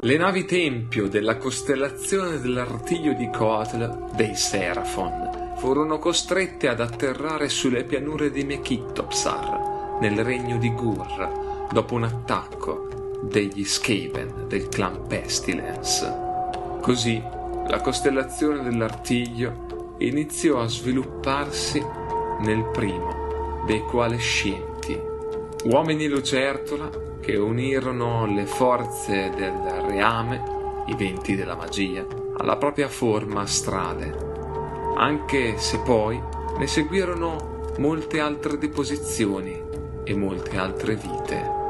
Le navi tempio della costellazione dell'Artiglio di Coatl dei Seraphon furono costrette ad atterrare sulle pianure di Mekittopsar, nel regno di Gur, dopo un attacco degli Skaven del clan Pestilence. Così la costellazione dell'Artiglio iniziò a svilupparsi nel primo dei coalescenti, uomini lucertola che unirono le forze del reame, i venti della magia, alla propria forma astrale, anche se poi ne seguirono molte altre deposizioni e molte altre vite.